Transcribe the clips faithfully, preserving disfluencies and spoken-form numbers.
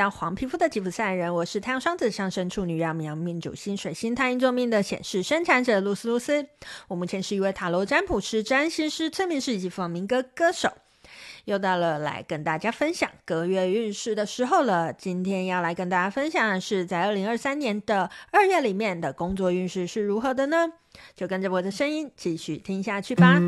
到黄皮肤的吉普赛人，我是太阳双子上升处女曜冥命主星水星太阴座命的显示生产者露丝露丝。我目前是一位塔罗占卜师、占星师、催眠师以及弗朗明哥歌手。又到了来跟大家分享隔月运势的时候了。今天要来跟大家分享的是在二零二三年的二月里面的工作运势是如何的呢？就跟着我的声音继续听下去吧。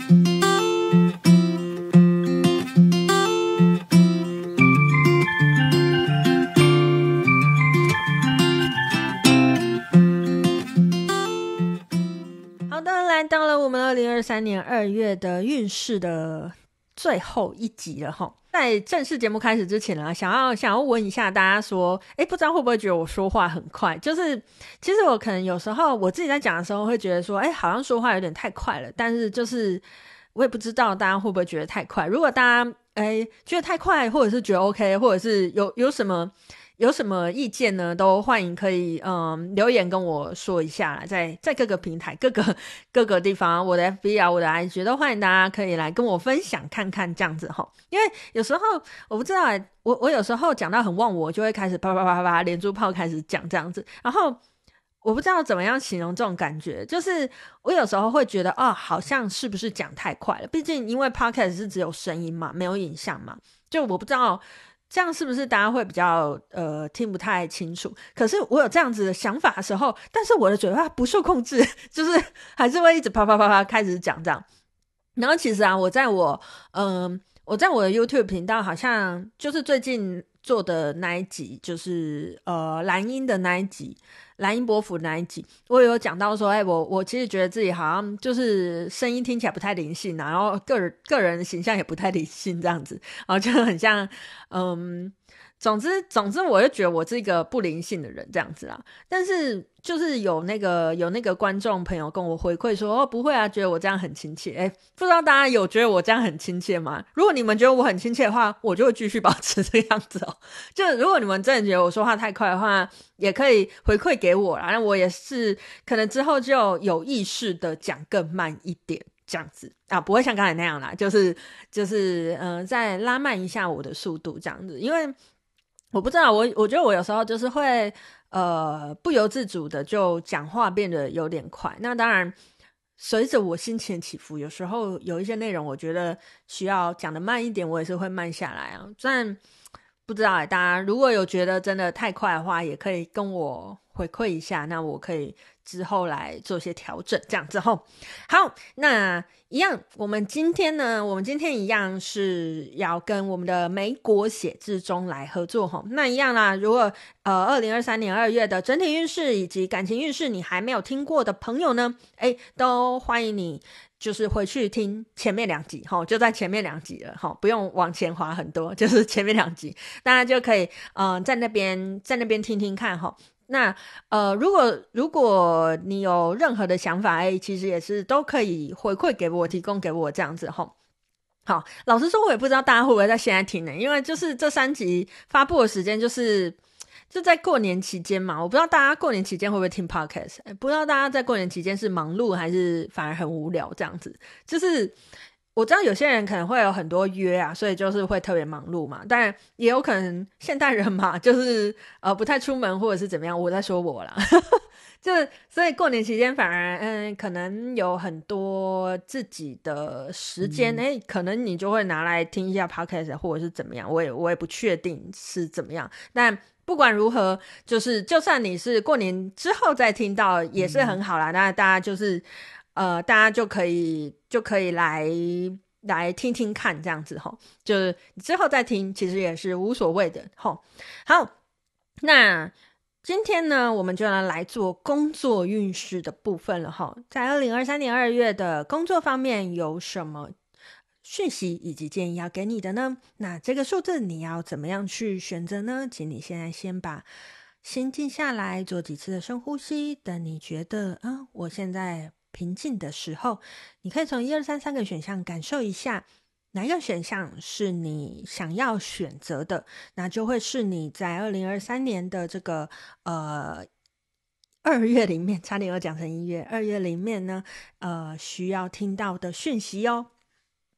好的，来到了我们二零二三年二月的运势的最后一集了齁。在正式节目开始之前呢，想要想要问一下大家说，诶，不知道会不会觉得我说话很快？就是其实我可能有时候我自己在讲的时候会觉得说，诶，好像说话有点太快了，但是就是我也不知道大家会不会觉得太快。如果大家诶觉得太快，或者是觉得 OK， 或者是有有什么有什么意见呢，都欢迎可以嗯留言跟我说一下啦，在在各个平台各个各个地方，我的 F B 啊，我的 I G 都欢迎大家可以来跟我分享看看这样子齁。因为有时候我不知道我我有时候讲到很忘我，就会开始啪啪啪啪啪连珠炮开始讲这样子，然后我不知道怎么样形容这种感觉，就是我有时候会觉得哦，好像是不是讲太快了，毕竟因为 Podcast 是只有声音嘛，没有影像嘛，就我不知道这样是不是大家会比较呃听不太清楚。可是我有这样子的想法的时候，但是我的嘴巴不受控制，就是还是会一直啪啪啪啪开始讲这样。然后其实啊，我在我嗯、呃、我在我的 YouTube 频道好像就是最近做的那一集，就是呃蓝鹰的那一集，蓝鹰波幅那一集，我有讲到说，哎、欸，我我其实觉得自己好像就是声音听起来不太灵性啊，然后个人个人形象也不太灵性这样子，然后就很像嗯。总之，总之，我就觉得我是一个不灵性的人这样子啦。但是，就是有那个有那个观众朋友跟我回馈说，哦，不会啊，觉得我这样很亲切。哎，不知道大家有觉得我这样很亲切吗？如果你们觉得我很亲切的话，我就会继续保持这样子哦。就如果你们真的觉得我说话太快的话，也可以回馈给我啦。那我也是可能之后就有意识的讲更慢一点。这样子啊，不会像刚才那样啦，就是就是嗯、呃，再拉慢一下我的速度这样子，因为我不知道，我我觉得我有时候就是会呃不由自主的就讲话变得有点快。那当然，随着我心情起伏，有时候有一些内容我觉得需要讲得慢一点，我也是会慢下来啊。但不知道哎、欸，大家如果有觉得真的太快的话，也可以跟我回馈一下，那我可以之后来做些调整，这样之后好，那一样，我们今天呢，我们今天一样是要跟我们的美国写字中来合作齁。那一样啦，如果呃二零二三年二月的整体运势以及感情运势你还没有听过的朋友呢，诶都欢迎你就是回去听前面两集齁，就在前面两集了齁，不用往前滑很多，就是前面两集大家就可以嗯、呃、在那边在那边听听看齁。那呃，如果如果你有任何的想法，哎，其实也是都可以回馈给我，提供给我这样子齁。好，老实说，我也不知道大家会不会在现在听呢？因为就是这三集发布的时间就是就在过年期间嘛，我不知道大家过年期间会不会听 podcast， 不知道大家在过年期间是忙碌还是反而很无聊这样子，就是。我知道有些人可能会有很多约啊，所以就是会特别忙碌嘛，但也有可能现代人嘛，就是呃不太出门或者是怎么样，我在说我啦就是所以过年期间反而嗯可能有很多自己的时间，诶、嗯、可能你就会拿来听一下 podcast 或者是怎么样，我也我也不确定是怎么样，但不管如何，就是就算你是过年之后再听到也是很好啦，那大家就是呃，大家就可以就可以来来听听看这样子齁，就是之后再听其实也是无所谓的齁。好，那今天呢我们就要来做工作运势的部分了齁。在二零二三年二月的工作方面有什么讯息以及建议要给你的呢？那这个数字你要怎么样去选择呢？请你现在先把心静下来，做几次的深呼吸，等你觉得啊，我现在平静的时候，你可以从一二三三个选项感受一下哪一个选项是你想要选择的，那就会是你在二零二三年的这个呃二月里面，差点又讲成一月，二月里面呢呃需要听到的讯息哦。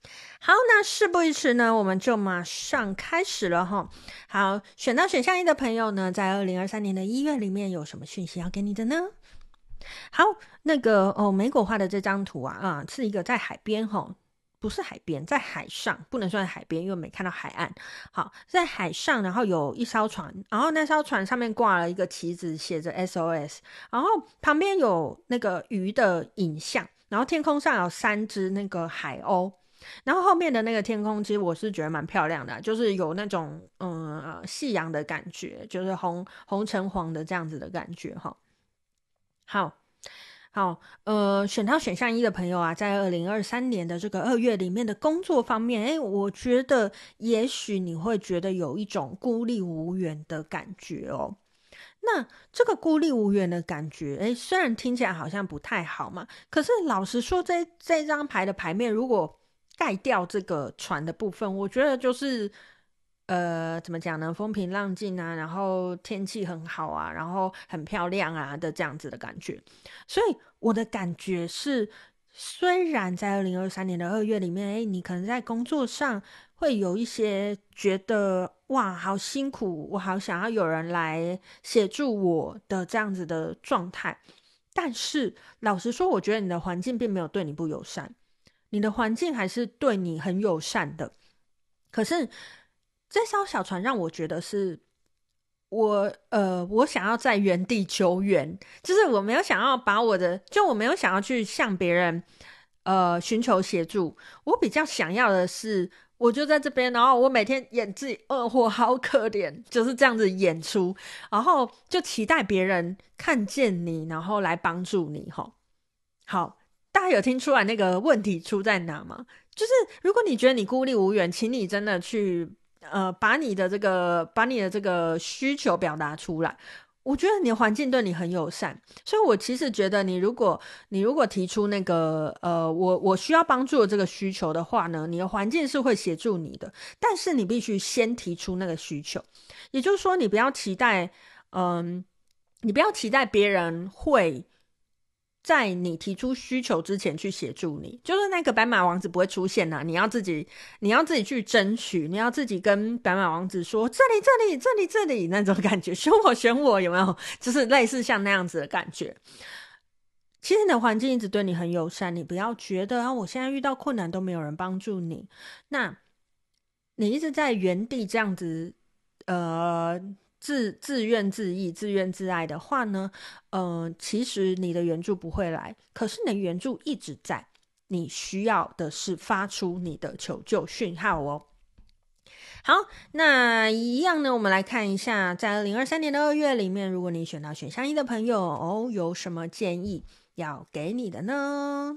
好，那事不宜迟呢，我们就马上开始了哈。好，选到选项一的朋友呢，在二零二三年的一月里面有什么讯息要给你的呢？好，那个哦，美果画的这张图啊，啊，是一个在海边哈，不是海边，在海上，不能算海边，因为没看到海岸。好，在海上，然后有一艘船，然后那艘船上面挂了一个旗子，写着 S O S， 然后旁边有那个鱼的影像，然后天空上有三只那个海鸥。然后后面的那个天空，其实我是觉得蛮漂亮的啊，就是有那种嗯夕阳的感觉，就是红红橙黄的这样子的感觉哈。好。好，呃，选到选项一的朋友啊，在二零二三年的这个二月里面的工作方面，诶，我觉得也许你会觉得有一种孤立无援的感觉哦。那这个孤立无援的感觉，诶，虽然听起来好像不太好嘛，可是老实说这，这张牌的牌面如果盖掉这个船的部分，我觉得就是呃，怎么讲呢？风平浪静啊，然后天气很好啊，然后很漂亮啊的这样子的感觉。所以我的感觉是，虽然在二零二三年的二月里面，哎，你可能在工作上会有一些觉得哇，好辛苦，我好想要有人来协助我的这样子的状态。但是老实说，我觉得你的环境并没有对你不友善，你的环境还是对你很友善的。可是这艘小船让我觉得是我呃，我想要在原地求援，就是我没有想要把我的，就我没有想要去向别人呃寻求协助，我比较想要的是，我就在这边，然后我每天演自己，呃，我好可怜，就是这样子演出，然后就期待别人看见你，然后来帮助你，哈。好，大家有听出来那个问题出在哪吗？就是如果你觉得你孤立无援，请你真的去呃把你的这个把你的这个需求表达出来。我觉得你的环境对你很友善，所以我其实觉得你如果你如果提出那个呃我我需要帮助的这个需求的话呢，你的环境是会协助你的，但是你必须先提出那个需求，也就是说你不要期待嗯、你不要期待别人会在你提出需求之前去协助你，就是那个白马王子不会出现啊，你要自己你要自己去争取，你要自己跟白马王子说这里这里这里这里那种感觉，选我选我，有没有？就是类似像那样子的感觉。其实你的环境一直对你很友善，你不要觉得啊，我现在遇到困难都没有人帮助你，那你一直在原地这样子，呃，自自怨自艾、自怨自艾的话呢，呃，其实你的援助不会来，可是你的援助一直在，你需要的是发出你的求救讯号哦。好，那一样呢，我们来看一下，在二零二三年的二月里面，如果你选到选项一的朋友哦，有什么建议要给你的呢？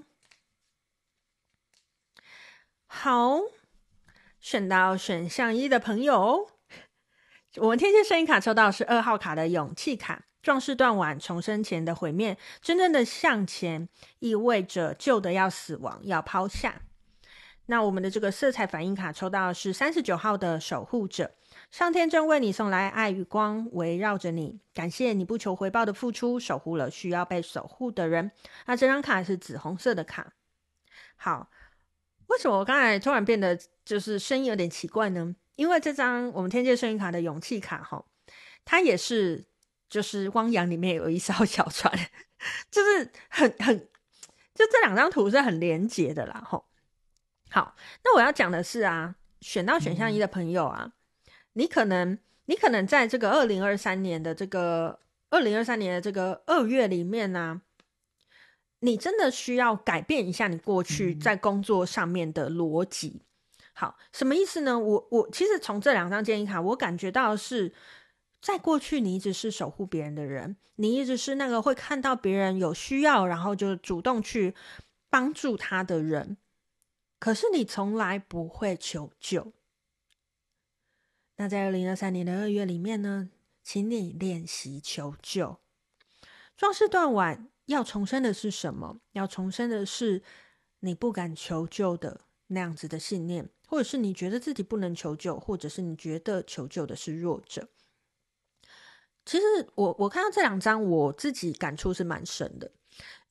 好，选到选项一的朋友，我们天蝎声音卡抽到的是二号卡的勇气卡，壮士断腕，重生前的毁灭，真正的向前意味着旧的要死亡，要抛下。那我们的这个色彩反应卡抽到的是三十九号的守护者，上天正为你送来爱与光，围绕着你，感谢你不求回报的付出，守护了需要被守护的人。那这张卡是紫红色的卡。好，为什么我刚才突然变得就是声音有点奇怪呢？因为这张我们天界声音卡的勇气卡哈，它也是就是汪洋里面有一艘小船，就是很很就这两张图是很连结的啦哈。好，那我要讲的是啊，选到选项一的朋友啊，你可能你可能在这个二零二三年的这个二零二三年的这个二月里面呢、啊，你真的需要改变一下你过去在工作上面的逻辑。好，什么意思呢？我我其实从这两张建议卡，我感觉到的是，在过去你一直是守护别人的人，你一直是那个会看到别人有需要，然后就主动去帮助他的人。可是你从来不会求救。那在二零二三年的二月里面呢，请你练习求救。壮士断腕要重生的是什么？要重生的是你不敢求救的那样子的信念，或者是你觉得自己不能求救，或者是你觉得求救的是弱者。其实我我看到这两张，我自己感触是蛮深的，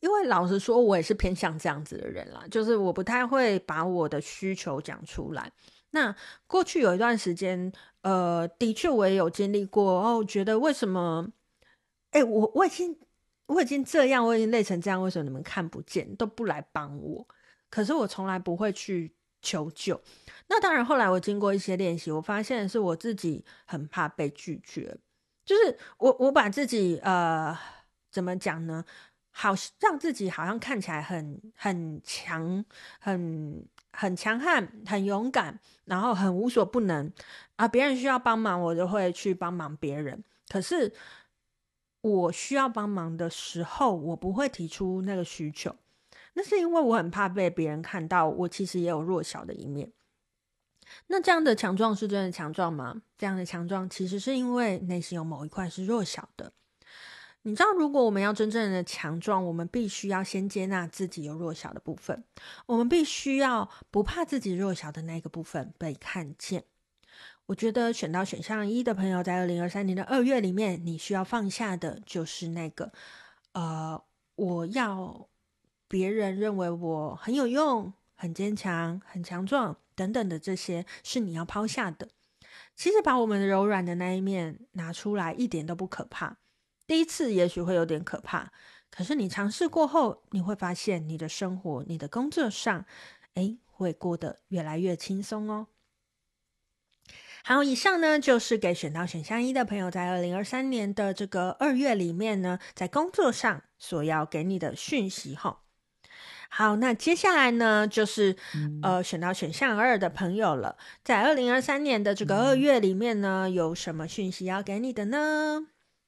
因为老实说我也是偏向这样子的人啦，就是我不太会把我的需求讲出来。那过去有一段时间呃，的确我也有经历过哦，觉得为什么哎、欸，我我已经我已经这样，我已经累成这样，为什么你们看不见，都不来帮我？可是我从来不会去求救。那当然后来我经过一些练习，我发现是我自己很怕被拒绝，就是我我把自己呃怎么讲呢，好让自己好像看起来很很强，很很强悍，很勇敢，然后很无所不能啊，别人需要帮忙我就会去帮忙别人，可是我需要帮忙的时候我不会提出那个需求，那是因为我很怕被别人看到我其实也有弱小的一面。那这样的强壮是真的强壮吗？这样的强壮其实是因为内心有某一块是弱小的。你知道如果我们要真正的强壮，我们必须要先接纳自己有弱小的部分，我们必须要不怕自己弱小的那个部分被看见。我觉得选到选项一的朋友，在二零二三年的二月里面，你需要放下的就是那个呃，我要别人认为我很有用、很坚强、很强壮等等的，这些是你要抛下的。其实把我们柔软的那一面拿出来一点都不可怕，第一次也许会有点可怕，可是你尝试过后，你会发现你的生活、你的工作上诶，会过得越来越轻松哦。好，以上呢就是给选到选项一的朋友在二零二三年的这个二月里面呢，在工作上所要给你的讯息齁。好，那接下来呢就是呃选到选项二的朋友了，在二零二三年的这个二月里面呢，有什么讯息要给你的呢？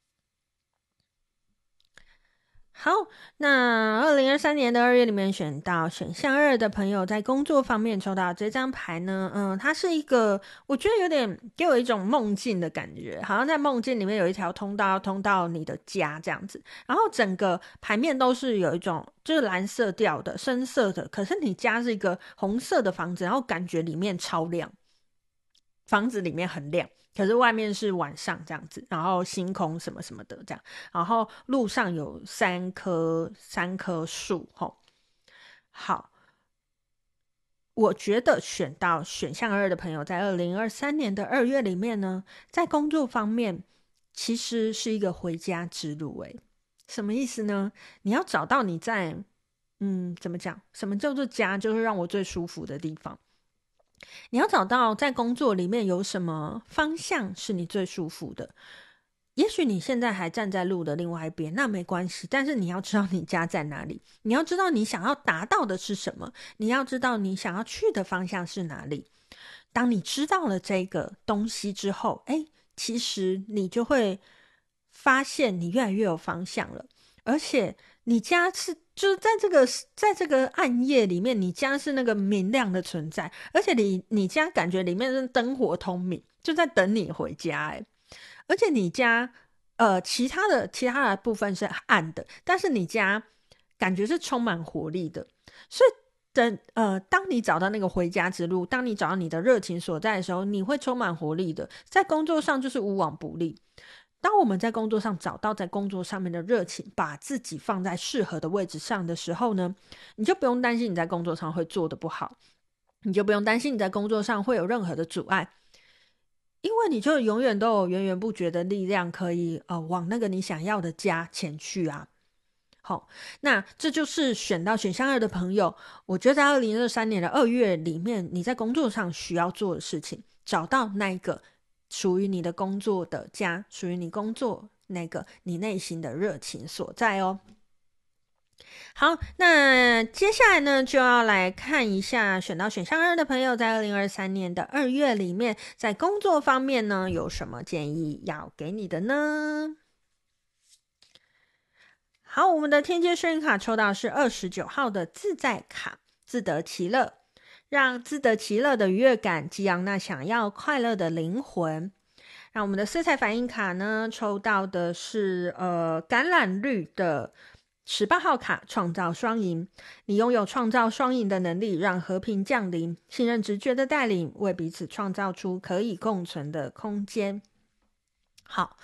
好，那二零二三年的二月里面选到选项二的朋友，在工作方面抽到这张牌呢，嗯，它是一个我觉得有点给我一种梦境的感觉，好像在梦境里面有一条通道通到你的家这样子，然后整个牌面都是有一种就是蓝色调的深色的，可是你家是一个红色的房子，然后感觉里面超亮，房子里面很亮，可是外面是晚上这样子，然后星空什么什么的这样，然后路上有三棵三棵树吼。好，我觉得选到选项二的朋友，在二零二三年的二月里面呢，在工作方面其实是一个回家之路。诶，什么意思呢？你要找到你在嗯怎么讲？什么叫做家？就是让我最舒服的地方。你要找到在工作里面有什么方向是你最舒服的。也许你现在还站在路的另外一边，那没关系，但是你要知道你家在哪里，你要知道你想要达到的是什么，你要知道你想要去的方向是哪里。当你知道了这个东西之后，诶，其实你就会发现你越来越有方向了，而且你家是就是在这个在这个暗夜里面，你家是那个明亮的存在，而且你你家感觉里面是灯火通明，就在等你回家。诶，而且你家呃其他的其他的部分是暗的，但是你家感觉是充满活力的。所以等呃当你找到那个回家之路，当你找到你的热情所在的时候，你会充满活力的，在工作上就是无往不利。当我们在工作上找到在工作上面的热情，把自己放在适合的位置上的时候呢，你就不用担心你在工作上会做得不好，你就不用担心你在工作上会有任何的阻碍，因为你就永远都有源源不绝的力量可以呃往那个你想要的家前去啊。好，那这就是选到选项二的朋友，我觉得在二零二三年的二月里面，你在工作上需要做的事情，找到那一个属于你的工作的家，属于你工作那个你内心的热情所在哦。好，那接下来呢，就要来看一下选到选项二的朋友，在二零二三年的二月里面，在工作方面呢，有什么建议要给你的呢？好，我们的天阶幸运卡抽到是二十九号的自在卡，自得其乐，让自得其乐的愉悦感激昂那想要快乐的灵魂。让我们的色彩反应卡呢，抽到的是呃橄榄绿的十八号卡，创造双赢。你拥有创造双赢的能力，让和平降临，信任直觉的带领，为彼此创造出可以共存的空间。好，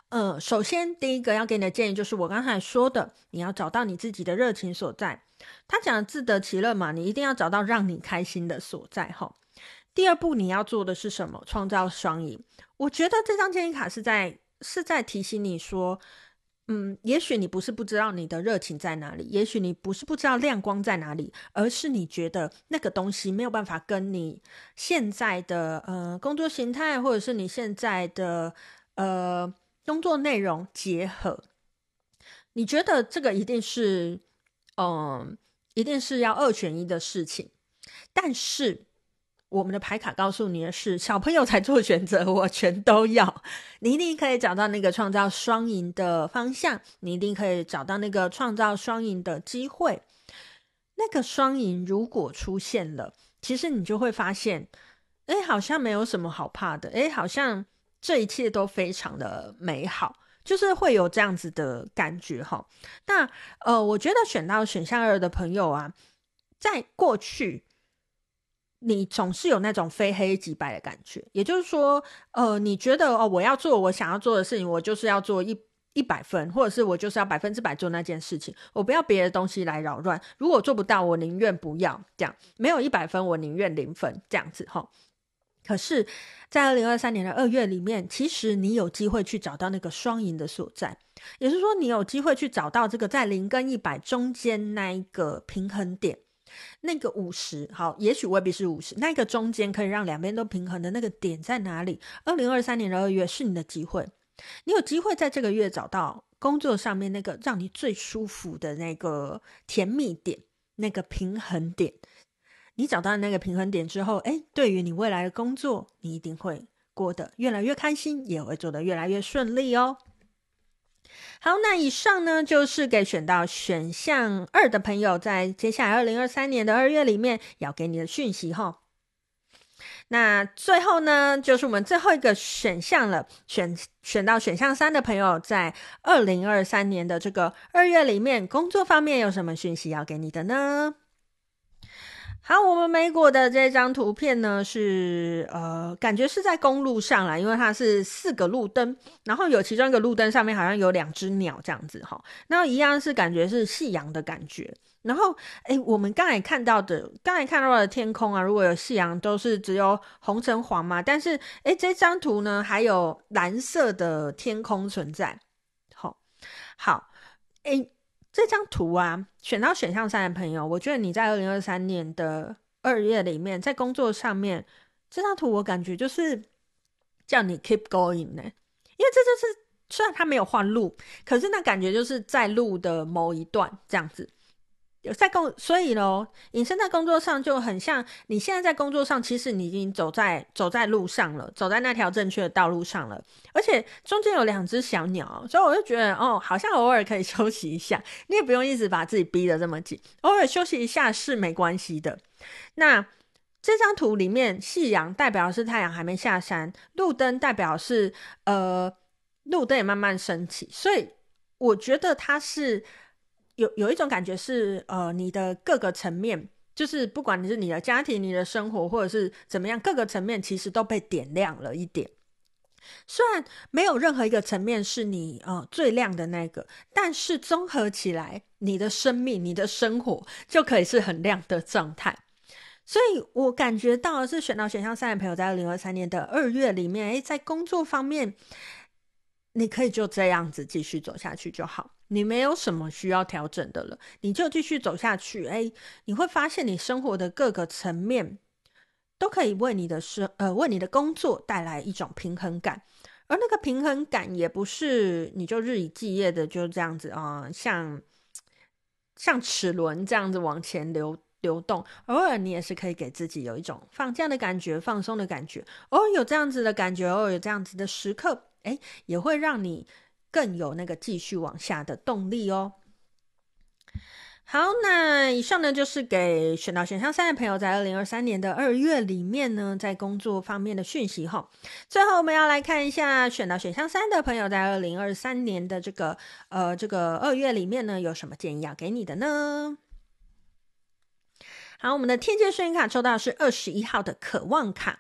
呃，首先第一个要给你的建议就是我刚才说的，你要找到你自己的热情所在。他讲的自得其乐嘛，你一定要找到让你开心的所在齁。第二步你要做的是什么？创造双赢。我觉得这张建议卡是在是在提醒你说，嗯，也许你不是不知道你的热情在哪里，也许你不是不知道亮光在哪里，而是你觉得那个东西没有办法跟你现在的呃工作形态，或者是你现在的呃工作内容结合。你觉得这个一定是嗯、呃，一定是要二选一的事情，但是我们的牌卡告诉你的是，小朋友才做选择，我全都要。你一定可以找到那个创造双赢的方向，你一定可以找到那个创造双赢的机会。那个双赢如果出现了，其实你就会发现，哎，好像没有什么好怕的，哎，好像这一切都非常的美好，就是会有这样子的感觉齁。那呃，我觉得选到选项二的朋友啊，在过去你总是有那种非黑即白的感觉，也就是说呃，你觉得哦，我要做我想要做的事情，我就是要做一一百分，或者是我就是要百分之百做那件事情，我不要别的东西来扰乱，如果做不到我宁愿不要，这样没有一百分我宁愿零分，这样子齁。可是在二零二三年的二月里面，其实你有机会去找到那个双赢的所在，也就是说你有机会去找到这个在零跟一百中间那一个平衡点，那个五十，好，也许未必是五十，那个中间可以让两边都平衡的那个点在哪里？二零二三年的二月是你的机会，你有机会在这个月找到工作上面那个让你最舒服的那个甜蜜点，那个平衡点。你找到那个平衡点之后，诶，对于你未来的工作，你一定会过得越来越开心，也会做得越来越顺利哦。好，那以上呢就是给选到选项二的朋友在接下来二零二三年的二月里面要给你的讯息齁。那最后呢就是我们最后一个选项了，选选到选项三的朋友在二零二三年的这个二月里面工作方面有什么讯息要给你的呢？好，我们美国的这张图片呢是呃，感觉是在公路上啦，因为它是四个路灯，然后有其中一个路灯上面好像有两只鸟这样子齁，那一样是感觉是夕阳的感觉。然后诶，我们刚才看到的刚才看到的天空啊，如果有夕阳都是只有红橙黄嘛，但是诶，这张图呢还有蓝色的天空存在。好，好，诶，这张图啊，选到选项三的朋友，我觉得你在二零二三年的二月里面，在工作上面，这张图我感觉就是叫你 keep going 呢，因为这就是虽然它没有换路，可是那感觉就是在路的某一段这样子。在工，所以咯，隐身在工作上就很像你现在在工作上，其实你已经走在走在路上了，走在那条正确的道路上了，而且中间有两只小鸟，所以我就觉得哦，好像偶尔可以休息一下，你也不用一直把自己逼得这么紧，偶尔休息一下是没关系的。那这张图里面，夕阳代表是太阳还没下山，路灯代表是呃路灯也慢慢升起，所以我觉得它是有有一种感觉是呃你的各个层面，就是不管你是你的家庭、你的生活，或者是怎么样，各个层面其实都被点亮了一点。虽然没有任何一个层面是你呃最亮的那个，但是综合起来，你的生命、你的生活就可以是很亮的状态。所以我感觉到的是选到选项三的朋友在二零二三年的二月里面，诶，在工作方面你可以就这样子继续走下去就好，你没有什么需要调整的了，你就继续走下去。诶，你会发现你生活的各个层面都可以为你的生呃为你的工作带来一种平衡感，而那个平衡感也不是你就日以继夜的就这样子啊、呃，像像齿轮这样子往前流流动，偶尔你也是可以给自己有一种放假的感觉、放松的感觉，偶尔有这样子的感觉，偶尔有这样子的时刻，诶，也会让你更有那个继续往下的动力哦。好，那以上呢就是给选到选项三的朋友在二零二三年的二月里面呢，在工作方面的讯息齁。最后我们要来看一下选到选项三的朋友在二零二三年的这个呃这个二月里面呢，有什么建议要给你的呢？好，我们的天界顺运卡抽到的是二十一号的渴望卡。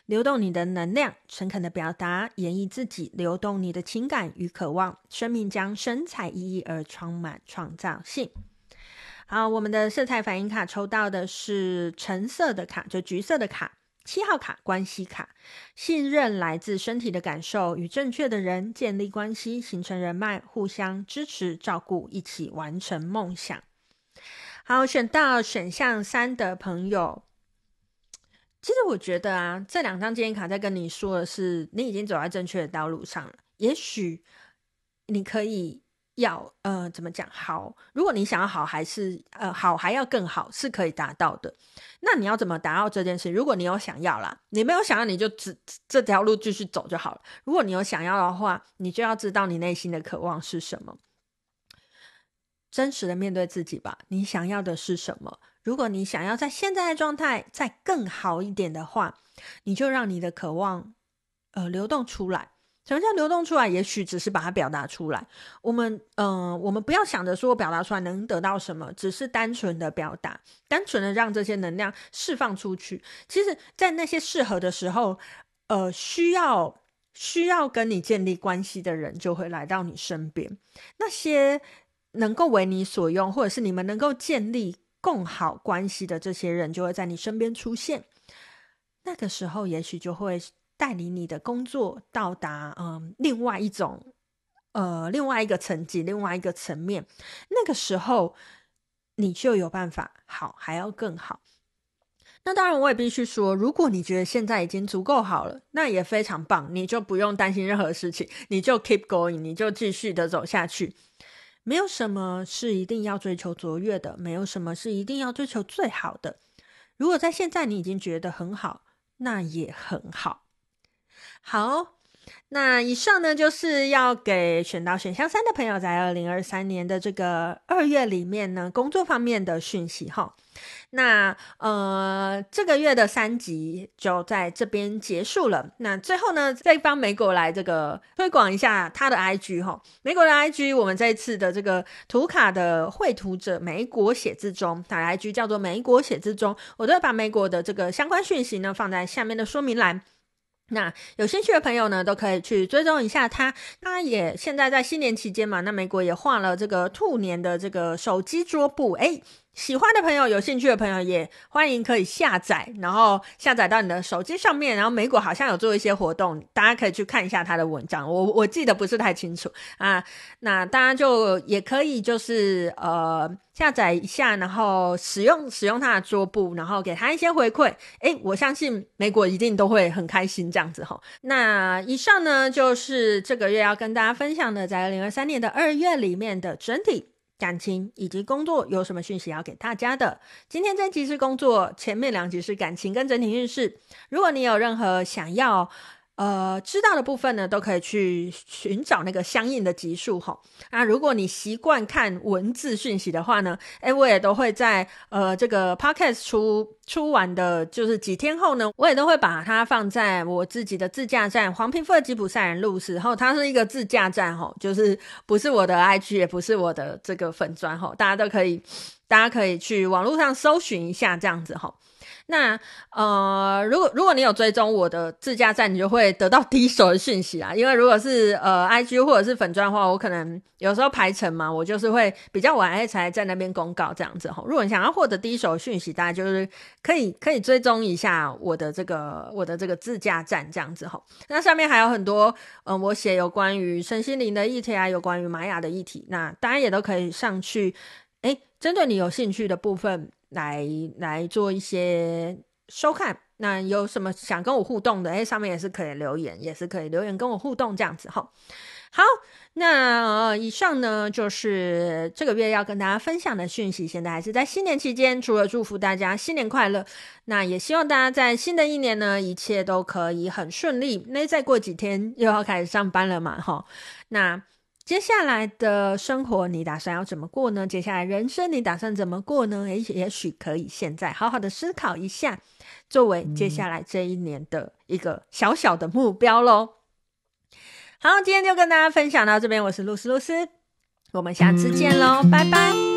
流动你的能量，诚恳的表达，演绎自己，流动你的情感与渴望，生命将神采奕奕而充满创造性。好，我们的色彩反应卡抽到的是橙色的卡，就橘色的卡，七号卡，关系卡。信任来自身体的感受，与正确的人建立关系，形成人脉，互相支持照顾，一起完成梦想。好，选到选项三的朋友，其实我觉得啊，这两张建议卡在跟你说的是，你已经走在正确的道路上了。也许你可以要呃，怎么讲好？如果你想要好，还是呃好还要更好，是可以达到的。那你要怎么达到这件事？如果你有想要啦，你没有想要，你就只这条路继续走就好了。如果你有想要的话，你就要知道你内心的渴望是什么。真实的面对自己吧，你想要的是什么？如果你想要在现在的状态再更好一点的话，你就让你的渴望呃流动出来。什么叫流动出来？也许只是把它表达出来。我们呃，我们不要想着说表达出来能得到什么，只是单纯的表达，单纯的让这些能量释放出去。其实在那些适合的时候，呃，需要需要跟你建立关系的人就会来到你身边。那些能够为你所用，或者是你们能够建立共好关系的这些人就会在你身边出现。那个时候也许就会带领你的工作到达嗯另外一种呃另外一个层级，另外一个层面。那个时候你就有办法好还要更好。那当然我也必须说，如果你觉得现在已经足够好了，那也非常棒，你就不用担心任何事情，你就 keep going， 你就继续的走下去。没有什么是一定要追求卓越的，没有什么是一定要追求最好的。如果在现在你已经觉得很好，那也很好。好，那以上呢就是要给选到选项三的朋友在二零二三年的这个二月里面呢工作方面的讯息齁。那呃，这个月的三集就在这边结束了。那最后呢，再帮美果来这个推广一下他的 I G 齁。美果的 I G， 我们这一次的这个图卡的绘图者美果写字中，他的 I G 叫做美果写字中，我都会把美果的这个相关讯息呢放在下面的说明栏。那有兴趣的朋友呢都可以去追踪一下他，他也现在在新年期间嘛，那美国也画了这个兔年的这个手机桌布，诶喜欢的朋友有兴趣的朋友也欢迎可以下载，然后下载到你的手机上面，然后美国好像有做一些活动，大家可以去看一下他的文章，我我记得不是太清楚啊。那大家就也可以就是呃下载一下，然后使用使用他的桌布，然后给他一些回馈，诶我相信美国一定都会很开心这样子齁。那以上呢就是这个月要跟大家分享的在二零二三年的二月里面的整体感情以及工作有什么讯息要给大家的。今天这集是工作，前面两集是感情跟整体运势。如果你有任何想要呃知道的部分呢，都可以去寻找那个相应的集数齁。那如果你习惯看文字讯息的话呢，诶我也都会在呃这个 podcast 出出完的就是几天后呢，我也都会把它放在我自己的自驾站黄平富的吉普赛人路时候，它是一个自驾站齁，就是不是我的 I G 也不是我的这个粉专齁，大家都可以大家可以去网络上搜寻一下这样子齁。那呃，如果如果你有追踪我的自驾站，你就会得到第一手的讯息啦。因为如果是呃 I G 或者是粉专的话，我可能有时候排程嘛，我就是会比较晚才在那边公告这样子齁。如果你想要获得第一手的讯息，大家就是可以可以追踪一下我的这个我的这个自驾站这样子齁。那上面还有很多嗯、呃，我写有关于身心灵的议题啊，有关于玛雅的议题，那大家也都可以上去诶针对你有兴趣的部分来来做一些收看。那有什么想跟我互动的，诶上面也是可以留言，也是可以留言跟我互动这样子齁。好，那、呃、以上呢就是这个月要跟大家分享的讯息。现在还是在新年期间，除了祝福大家新年快乐，那也希望大家在新的一年呢一切都可以很顺利。那再过几天又要开始上班了嘛齁。那接下来的生活你打算要怎么过呢？接下来人生你打算怎么过呢？也也许可以现在好好的思考一下，作为接下来这一年的一个小小的目标咯。好，今天就跟大家分享到这边，我是露丝露丝，我们下次见咯，拜拜。